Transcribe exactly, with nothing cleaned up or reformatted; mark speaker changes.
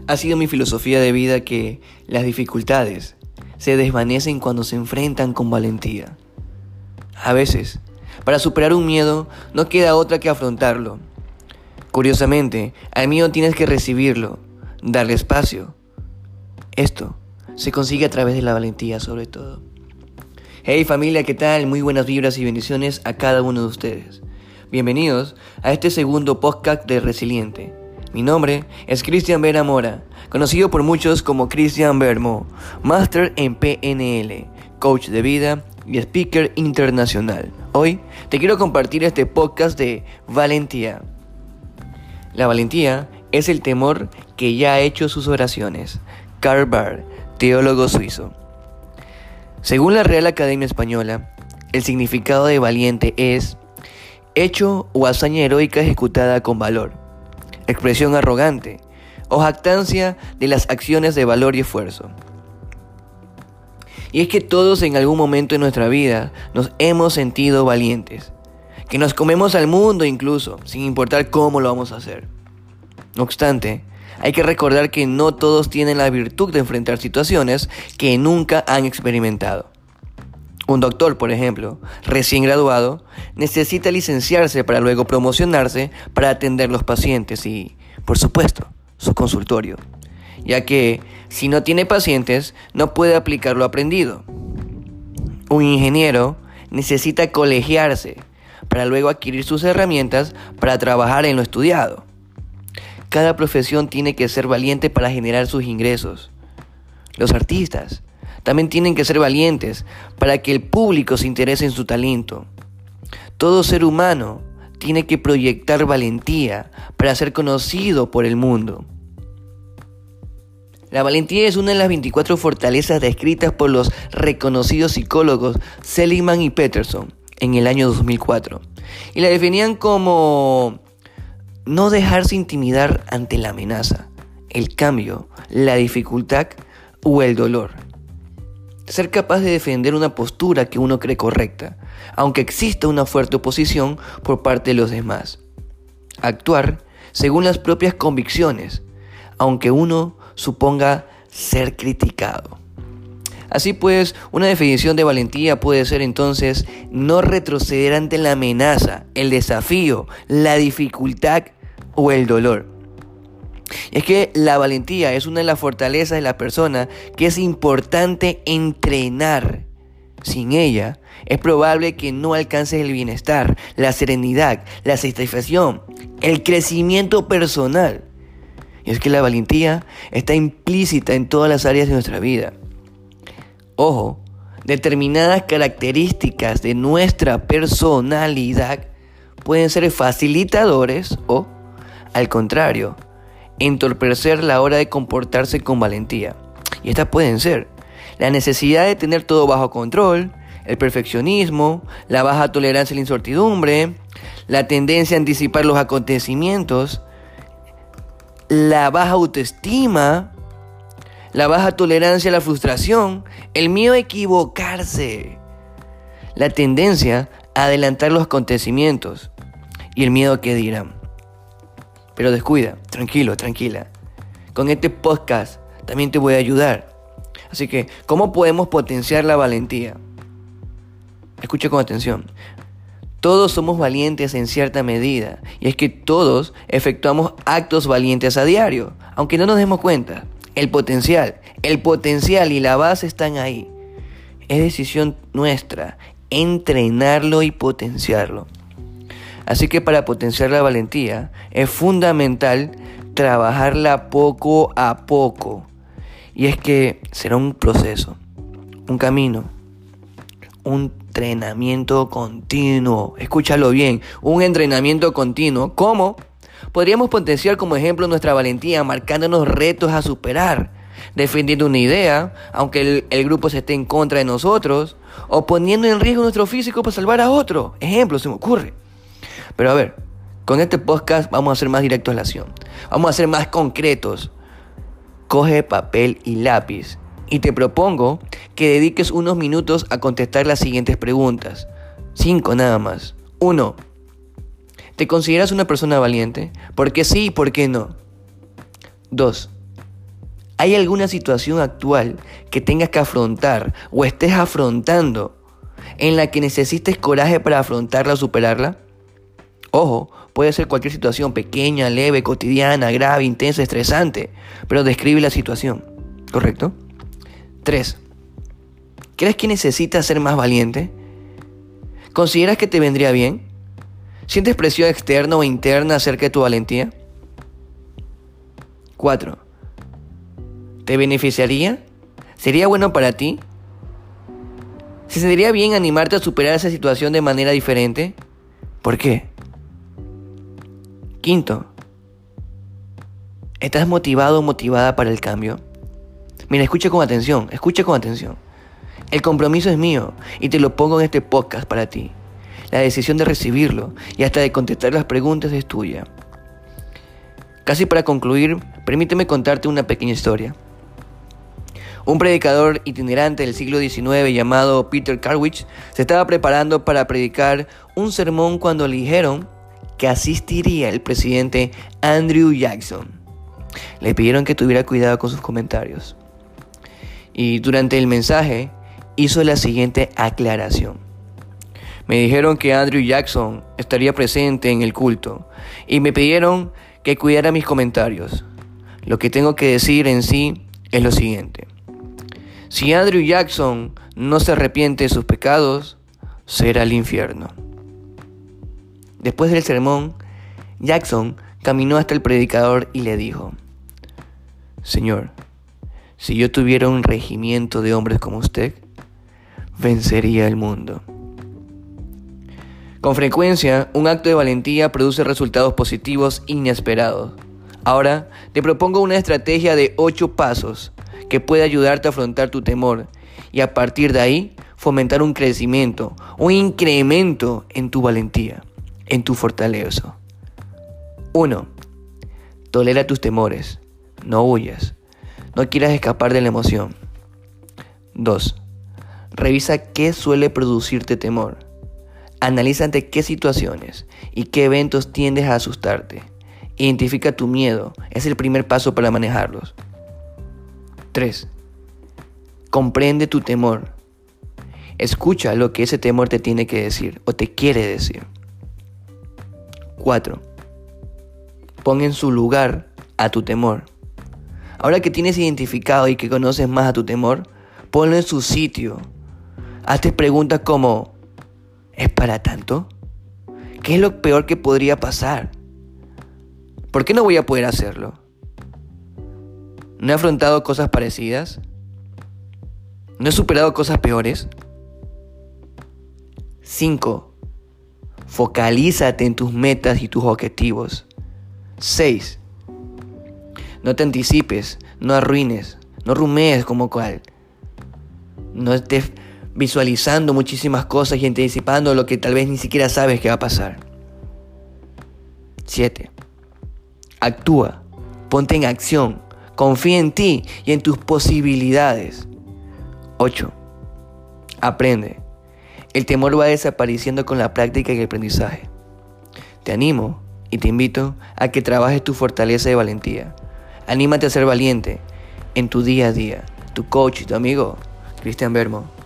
Speaker 1: Ha sido mi filosofía de vida que las dificultades se desvanecen cuando se enfrentan con valentía. A veces, para superar un miedo, no queda otra que afrontarlo. Curiosamente, al miedo tienes que recibirlo, darle espacio. Esto se consigue a través de la valentía sobre todo. Hey familia, ¿qué tal? Muy buenas vibras y bendiciones a cada uno de ustedes. Bienvenidos a este segundo podcast de Resiliente. Mi nombre es Cristian Vera Mora, conocido por muchos como Cristian Bermo, máster en P N L, coach de vida y speaker internacional. Hoy te quiero compartir este podcast de valentía. La valentía es el temor que ya ha hecho sus oraciones. Karl Barth, teólogo suizo. Según la Real Academia Española, el significado de valiente es hecho o hazaña heroica ejecutada con valor, expresión arrogante o jactancia de las acciones de valor y esfuerzo. Y es que todos en algún momento de nuestra vida nos hemos sentido valientes, que nos comemos al mundo incluso, sin importar cómo lo vamos a hacer. No obstante, hay que recordar que no todos tienen la virtud de enfrentar situaciones que nunca han experimentado. Un doctor, por ejemplo, recién graduado, necesita licenciarse para luego promocionarse para atender los pacientes y, por supuesto, su consultorio, ya que si no tiene pacientes, no puede aplicar lo aprendido. Un ingeniero necesita colegiarse para luego adquirir sus herramientas para trabajar en lo estudiado. Cada profesión tiene que ser valiente para generar sus ingresos. Los artistas también tienen que ser valientes para que el público se interese en su talento. Todo ser humano tiene que proyectar valentía para ser conocido por el mundo. La valentía es una de las veinticuatro fortalezas descritas por los reconocidos psicólogos Seligman y Peterson en el año dos mil cuatro. Y la definían como no dejarse intimidar ante la amenaza, el cambio, la dificultad o el dolor. Ser capaz de defender una postura que uno cree correcta, aunque exista una fuerte oposición por parte de los demás. Actuar según las propias convicciones, aunque uno suponga ser criticado. Así pues, una definición de valentía puede ser entonces no retroceder ante la amenaza, el desafío, la dificultad o el dolor. Es que la valentía es una de las fortalezas de la persona que es importante entrenar. Sin ella, es probable que no alcances el bienestar, la serenidad, la satisfacción, el crecimiento personal. Y es que la valentía está implícita en todas las áreas de nuestra vida. Ojo, determinadas características de nuestra personalidad pueden ser facilitadores o, al contrario, entorpecer la hora de comportarse con valentía. Y estas pueden ser la necesidad de tener todo bajo control, el perfeccionismo, la baja tolerancia a la incertidumbre, la tendencia a anticipar los acontecimientos, la baja autoestima, la baja tolerancia a la frustración, el miedo a equivocarse, la tendencia a adelantar los acontecimientos y el miedo a que dirán. Pero descuida, tranquilo, tranquila. Con este podcast también te voy a ayudar. Así que, ¿cómo podemos potenciar la valentía? Escucha con atención. Todos somos valientes en cierta medida. Y es que todos efectuamos actos valientes a diario. Aunque no nos demos cuenta. El potencial, el potencial y la base están ahí. Es decisión nuestra entrenarlo y potenciarlo. Así que para potenciar la valentía es fundamental trabajarla poco a poco. Y es que será un proceso, un camino, un entrenamiento continuo. Escúchalo bien, un entrenamiento continuo. ¿Cómo? Podríamos potenciar como ejemplo nuestra valentía marcándonos retos a superar, defendiendo una idea, aunque el, el grupo se esté en contra de nosotros, o poniendo en riesgo nuestro físico para salvar a otro. Ejemplo, se me ocurre. Pero a ver, con este podcast vamos a ser más directos a la acción. Vamos a ser más concretos. Coge papel y lápiz y te propongo que dediques unos minutos a contestar las siguientes preguntas. Cinco nada más. Uno. ¿Te consideras una persona valiente? ¿Por qué sí y por qué no? Dos. ¿Hay alguna situación actual que tengas que afrontar o estés afrontando en la que necesites coraje para afrontarla o superarla? Ojo, puede ser cualquier situación, pequeña, leve, cotidiana, grave, intensa, estresante, pero describe la situación, ¿correcto? tres. ¿Crees que necesitas ser más valiente? ¿Consideras que te vendría bien? ¿Sientes presión externa o interna acerca de tu valentía? cuatro. ¿Te beneficiaría? ¿Sería bueno para ti? ¿Se sentiría bien animarte a superar esa situación de manera diferente? ¿Por qué? Quinto, ¿estás motivado o motivada para el cambio? Mira, escucha con atención, escucha con atención. El compromiso es mío y te lo pongo en este podcast para ti. La decisión de recibirlo y hasta de contestar las preguntas es tuya. Casi para concluir, permíteme contarte una pequeña historia. Un predicador itinerante del siglo diecinueve llamado Peter Cartwright se estaba preparando para predicar un sermón cuando le dijeron que asistiría el presidente Andrew Jackson. Le pidieron que tuviera cuidado con sus comentarios. Y durante el mensaje hizo la siguiente aclaración. Me dijeron que Andrew Jackson estaría presente en el culto y me pidieron que cuidara mis comentarios. Lo que tengo que decir en sí es lo siguiente. Si Andrew Jackson no se arrepiente de sus pecados, será el infierno. Después del sermón, Jackson caminó hasta el predicador y le dijo: Señor, si yo tuviera un regimiento de hombres como usted, vencería el mundo. Con frecuencia, un acto de valentía produce resultados positivos inesperados. Ahora, te propongo una estrategia de ocho pasos que puede ayudarte a afrontar tu temor y a partir de ahí fomentar un crecimiento, un incremento en tu valentía, en tu fortaleza. uno. Tolera tus temores, no huyas, no quieras escapar de la emoción. dos. Revisa qué suele producirte temor. Analiza ante qué situaciones y qué eventos tiendes a asustarte. Identifica tu miedo, es el primer paso para manejarlos. tres. Comprende tu temor. Escucha lo que ese temor te tiene que decir o te quiere decir. cuatro. Pon en su lugar a tu temor. Ahora que tienes identificado y que conoces más a tu temor, ponlo en su sitio. Hazte preguntas como: ¿es para tanto? ¿Qué es lo peor que podría pasar? ¿Por qué no voy a poder hacerlo? ¿No he afrontado cosas parecidas? ¿No he superado cosas peores? cinco. Focalízate en tus metas y tus objetivos. seis. No te anticipes, no arruines, no rumees como cual. No estés visualizando muchísimas cosas y anticipando lo que tal vez ni siquiera sabes que va a pasar. siete. Actúa, ponte en acción, confía en ti y en tus posibilidades. ocho. Aprende. El temor va desapareciendo con la práctica y el aprendizaje. Te animo y te invito a que trabajes tu fortaleza y valentía. Anímate a ser valiente en tu día a día. Tu coach y tu amigo, Cristian Bermo.